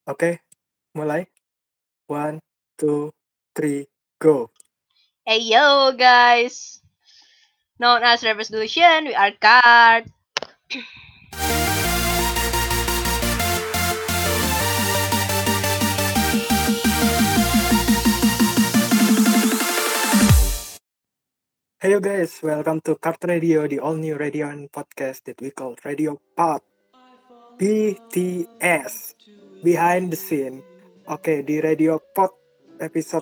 Oke, mulai. One, two, three, go. Hey yo guys, known as Revolution, we are card. Hey you guys, welcome to Card Radio, the all-new radio and podcast that we call Radio Pop. BTS, Behind the Scene. Oke, di Radio Pop episode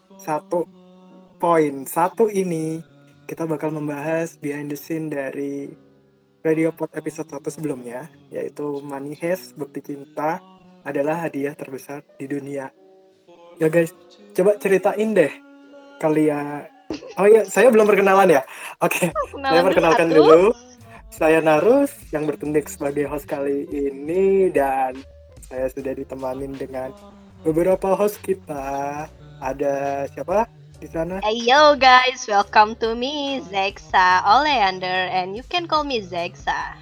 1.1 ini, kita bakal membahas behind the scene dari Radio Pop episode 1 sebelumnya, yaitu Money Heist, Bukti Cinta, adalah hadiah terbesar di dunia. Ya guys, coba ceritain deh kalian. Oh iya, saya belum perkenalan ya. Oke, saya perkenalkan dulu. Saya Narus yang bertindak sebagai host kali ini, dan saya sudah ditemanin dengan beberapa host kita. Ada siapa di sana? Hey yo guys, welcome to me, Zexa Oleander, and you can call me Zexa.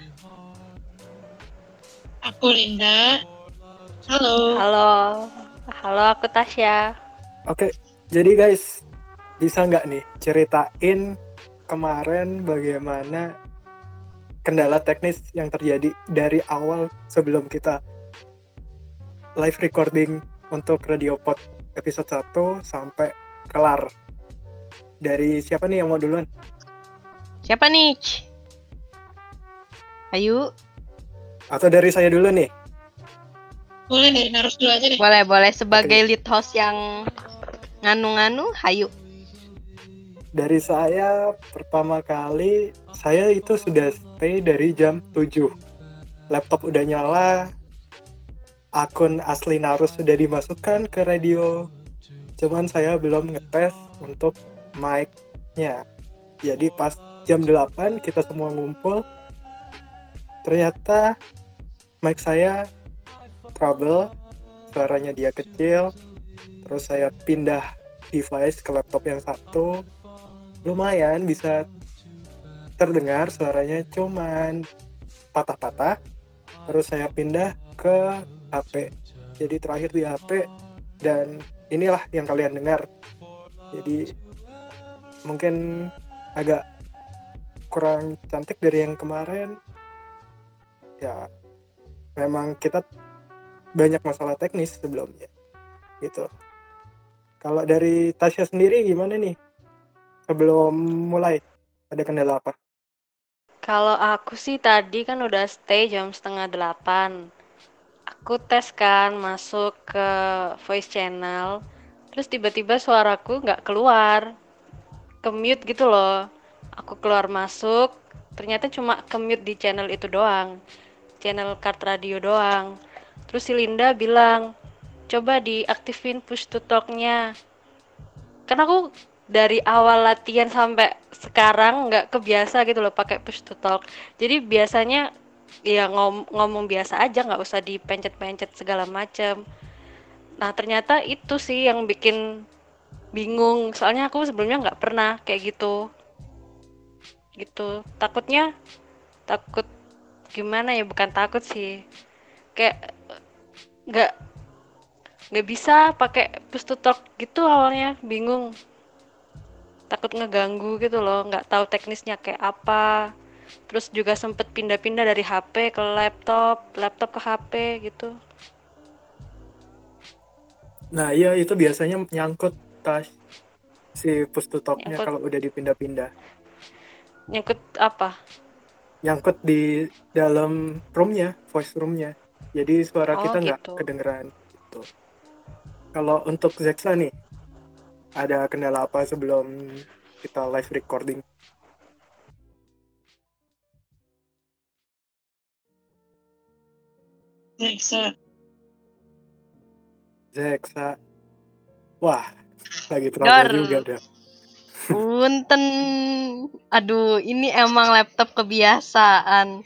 Aku Linda. Halo. Halo, aku Tasya. Oke, jadi guys, bisa nggak nih ceritain kemarin bagaimana kendala teknis yang terjadi dari awal sebelum kita live recording untuk Radio Pod episode 1 sampai kelar. Dari siapa nih yang mau duluan? Siapa nih? Ayo. Atau dari saya dulu nih? Boleh dari Narus dulu aja deh. Boleh sebagai lead host yang nganu-nganu, hayu. Dari saya pertama kali, saya itu sudah stay dari jam 7. Laptop udah nyala, akun asli Narus sudah dimasukkan ke radio. Cuman saya belum ngetes untuk mic-nya. Jadi pas jam 8 kita semua ngumpul, ternyata mic saya trouble, suaranya dia kecil. Terus saya pindah device ke laptop yang satu, lumayan bisa terdengar suaranya, cuman patah-patah. Terus saya pindah ke HP, jadi terakhir di HP, dan inilah yang kalian dengar. Jadi mungkin agak kurang cantik dari yang kemarin ya, memang kita banyak masalah teknis sebelumnya gitu. Kalau dari Tasya sendiri gimana nih sebelum mulai, ada kendala apa? Kalau aku sih tadi kan udah stay jam 7:30. Aku tes kan masuk ke voice channel, terus tiba-tiba suaraku nggak keluar, ke-mute gitu loh. Aku keluar masuk, ternyata cuma ke-mute di channel itu doang, channel Card Radio doang. Terus si Linda bilang, coba diaktifin push to talk-nya. Karena aku dari awal latihan sampai sekarang nggak kebiasa gitu loh pakai push to talk. Jadi biasanya ya ngomong biasa aja, nggak usah dipencet-pencet segala macem. Nah ternyata itu sih yang bikin bingung, soalnya aku sebelumnya nggak pernah kayak gitu. Takut gimana ya, bukan takut sih, kayak nggak nggak bisa pakai push to talk gitu, awalnya bingung, takut ngeganggu gitu loh, nggak tahu teknisnya kayak apa. Terus juga sempet pindah-pindah dari HP ke laptop ke HP gitu. Nah iya, itu biasanya nyangkut tas si push to talk-nya Nyangkut kalau udah dipindah-pindah. nyangkut apa? Nyangkut di dalam room-nya, voice room-nya. Jadi suara Oh kita nggak gitu. kedengeran gitu. Kalau untuk Zexa nih, ada kendala apa sebelum kita live recording? Zexa, wah, lagi trouble juga dah. Punten. Aduh, ini emang laptop kebiasaan.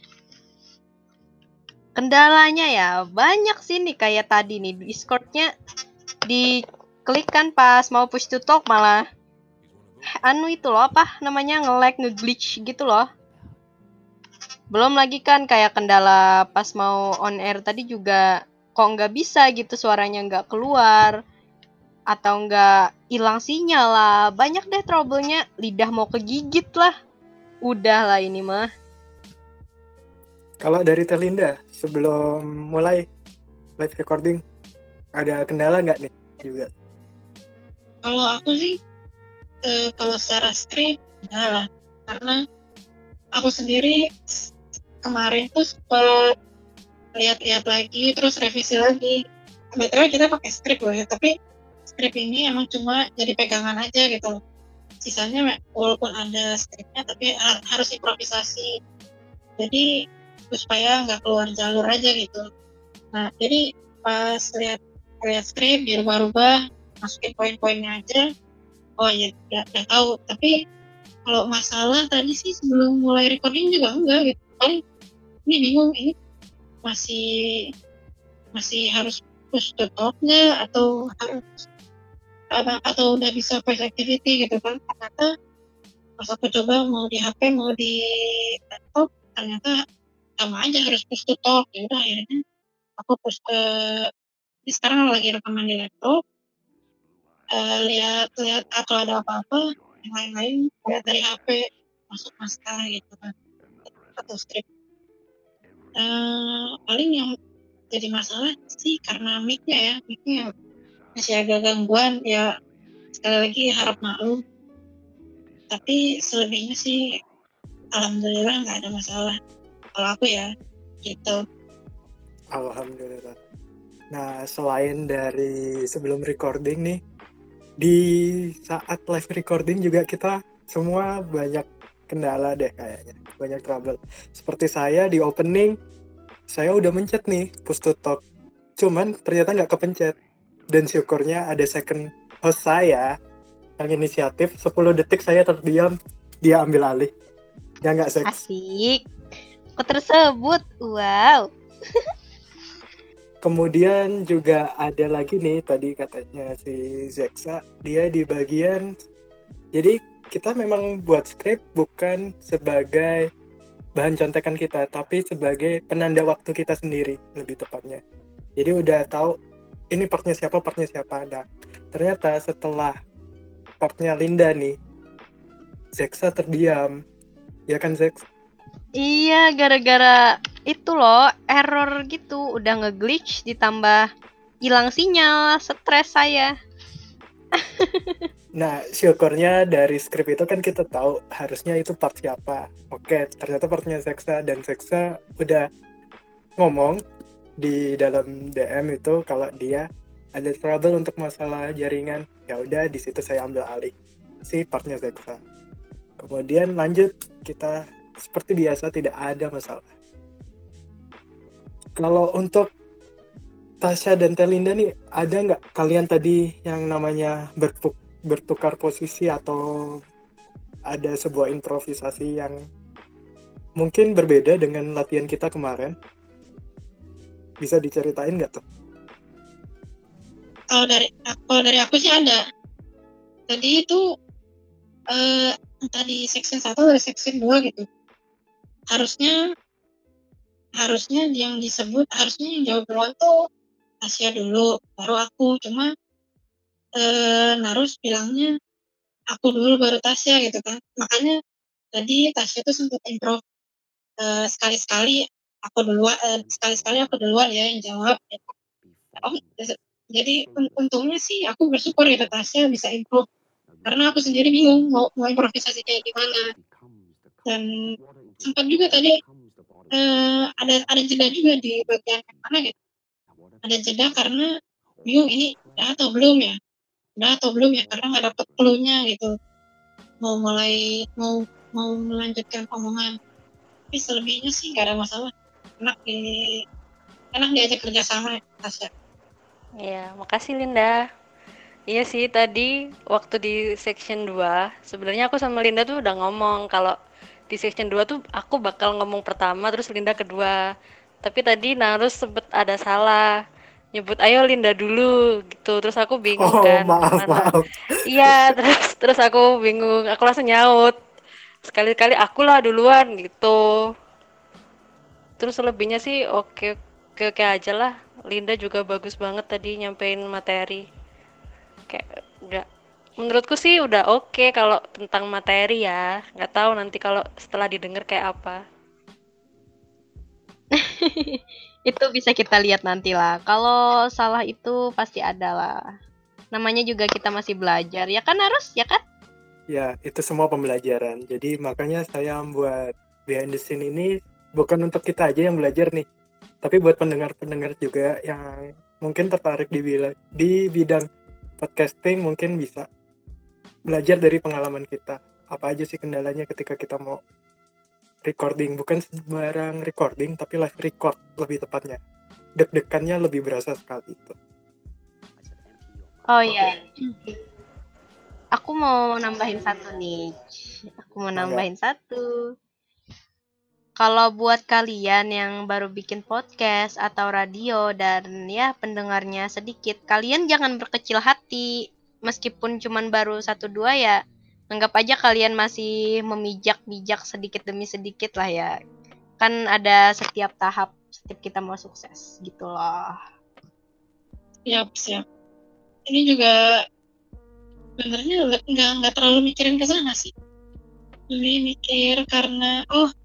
Kendalanya ya banyak sih nih, kayak tadi nih Discord-nya diklik kan pas mau push to talk malah itu loh, apa namanya, nge-lag, nge-glitch gitu loh. Belum lagi kan kayak kendala pas mau on air tadi juga kok nggak bisa gitu, suaranya nggak keluar atau nggak hilang sinyal lah, banyak deh trouble-nya, lidah mau kegigit lah, udah lah ini mah. Kalau dari Telinda, sebelum mulai live recording, ada kendala nggak nih juga? Kalau aku sih kalau secara skrip enggak lah, karena aku sendiri kemarin tuh sempat lihat-lihat lagi terus revisi lagi. Kebetulan kita pakai skrip loh ya, tapi skrip ini emang cuma jadi pegangan aja gitu. Sisanya walaupun ada skripnya tapi harus improvisasi. Jadi supaya nggak keluar jalur aja gitu. Nah, jadi pas lihat skrip dirubah-rubah, masukin poin-poinnya aja. Oh ya, udah tahu. Tapi kalau masalah tadi sih sebelum mulai recording juga enggak gitu. Paling ini bingung, ini masih harus push to talk nggak atau harus atau udah bisa voice activity gitu kan. Ternyata pas aku coba mau di HP mau di laptop, ternyata sama aja harus push to talk. Ya udah akhirnya aku push ke, ini sekarang lagi rekaman di laptop, lihat atau ada apa-apa yang lain-lain lihat dari HP, masuk masker gitu kan atau script. Paling yang jadi masalah sih karena mic-nya masih agak gangguan ya, sekali lagi harap maklum, tapi selebihnya sih alhamdulillah nggak ada masalah kalau aku ya gitu. Alhamdulillah. Nah, selain dari sebelum recording nih, di saat live recording juga kita semua banyak kendala deh kayaknya, banyak trouble. Seperti saya di opening, saya udah mencet nih push to talk, cuman ternyata nggak kepencet. Dan syukurnya ada second host saya yang inisiatif, 10 detik saya terdiam, dia ambil alih. Ya nggak, Seks? Asik. Kok tersebut, wow. Kemudian juga ada lagi nih, tadi katanya si Zeksa, dia di bagian, jadi kita memang buat skrip bukan sebagai bahan contekan kita, tapi sebagai penanda waktu kita sendiri, lebih tepatnya. Jadi udah tahu ini partnya siapa. Nah, ternyata setelah partnya Linda nih, Zeksa terdiam. Ya kan, Zeks? Iya, gara-gara itu loh, error gitu, udah nge-glitch ditambah hilang sinyal, stres saya. Nah, syukurnya dari skrip itu kan kita tahu harusnya itu part siapa. Oke, ternyata partnya Zeksa, dan Zeksa udah ngomong di dalam DM itu kalau dia ada trouble untuk masalah jaringan. Ya udah, di situ saya ambil alih si partnya Zeksa. Kemudian lanjut, kita seperti biasa tidak ada masalah. Kalau untuk Tasya dan Telinda nih, ada nggak kalian tadi yang namanya bertukar posisi atau ada sebuah improvisasi yang mungkin berbeda dengan latihan kita kemarin? Bisa diceritain nggak tuh? Kalau dari aku sih ada. Tadi itu entah di section 1 atau section 2 gitu. Harusnya yang disebut, harusnya yang jawab duluan tuh Tasya dulu, baru aku. Cuma Narus bilangnya aku dulu baru Tasya gitu kan. Makanya tadi Tasya tuh sempat improv, sekali-sekali aku duluan ya yang jawab. Oh, jadi untungnya sih aku bersyukur gitu Tasya bisa improv, karena aku sendiri bingung mau improvisasi kayak gimana. Dan sempat juga tadi ada jeda juga di bagian mana gitu. Ada jeda karena bingung ini udah atau belum ya karena nggak dapet clue-nya gitu. Mau melanjutkan omongan. Tapi selebihnya sih nggak ada masalah. Enak diajak kerja sama Tasya. Iya, makasih Linda. Iya sih, tadi waktu di section 2, sebenarnya aku sama Linda tuh udah ngomong kalau di section 2 tuh aku bakal ngomong pertama terus Linda kedua. Tapi tadi Narus sempet ada salah. Nyebut ayo Linda dulu gitu. Terus aku bingung Oh, kan maaf. gimana. Iya, terus aku bingung. Aku langsung nyaut. Sekali-kali akulah duluan gitu. Terus selebihnya sih oke aja lah. Linda juga bagus banget tadi nyampein materi. Kayak udah, menurutku sih udah oke kalau tentang materi ya. Nggak tahu nanti kalau setelah didengar kayak apa. Itu bisa kita lihat nanti lah. Kalau salah itu pasti ada lah. Namanya juga kita masih belajar. Ya kan harus? Ya kan? Ya, itu semua pembelajaran. Jadi makanya saya buat behind the scene ini bukan untuk kita aja yang belajar nih, tapi buat pendengar-pendengar juga yang mungkin tertarik di bidang podcasting, mungkin bisa belajar dari pengalaman kita. Apa aja sih kendalanya ketika kita mau recording, bukan sembarang recording, tapi live record lebih tepatnya. Deg-degannya lebih berasa sekali itu. Oh iya. Aku mau nambahin satu nih. Aku mau Mangga. nambahin satu. Kalau buat kalian yang baru bikin podcast atau radio dan ya pendengarnya sedikit, kalian jangan berkecil hati. Meskipun cuman baru 1-2 ya, anggap aja kalian masih memijak-mijak sedikit demi sedikit lah ya. Kan ada setiap tahap setiap kita mau sukses gitu loh. Siap. Ini juga sebenarnya nggak terlalu mikirin ke sana sih. Lebih mikir karena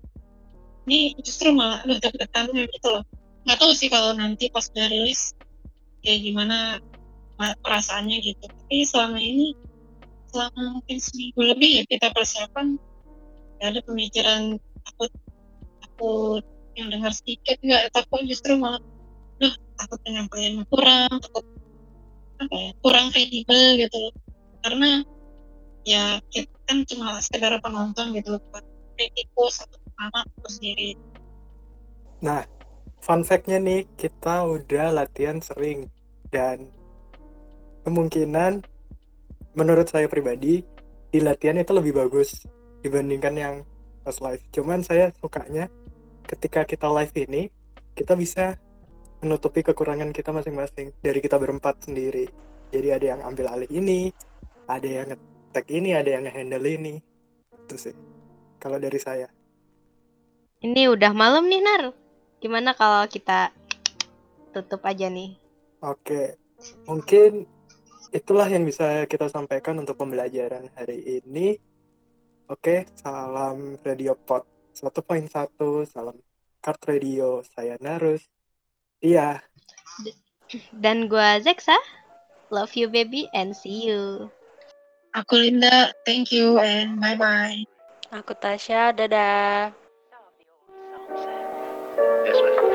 ini justru malah udah deg-degannya gitu loh. Nggak tahu sih kalau nanti pas udah rilis kayak gimana perasaannya gitu. Tapi selama mungkin seminggu lebih ya kita persiapan, nggak ada pemikiran takut yang dengar sedikit, nggak takut, justru malah takut penyampaian kurang, takut kurang kredibel gitu loh. Karena ya kita kan cuma sekedar penonton gitu loh, buat kritikus atau anak sendiri. Nah, fun fact-nya nih, kita udah latihan sering dan kemungkinan menurut saya pribadi di latihan itu lebih bagus dibandingkan yang pas live. Cuman saya sukanya ketika kita live ini kita bisa menutupi kekurangan kita masing-masing dari kita berempat sendiri. Jadi ada yang ambil alih ini, ada yang nge-tag ini, ada yang nge-handle ini. Itu sih kalau dari saya. Ini udah malam nih, Nar. Gimana kalau kita tutup aja nih? Oke, mungkin itulah yang bisa kita sampaikan untuk pembelajaran hari ini. Oke, salam Radio Pod 1.1, salam Kart Radio, saya Narus. Iya, Dan gua Zeksa. Love you baby and see you. Aku Linda, thank you and bye-bye. Aku Tasya, dadah. Yes, ma'am.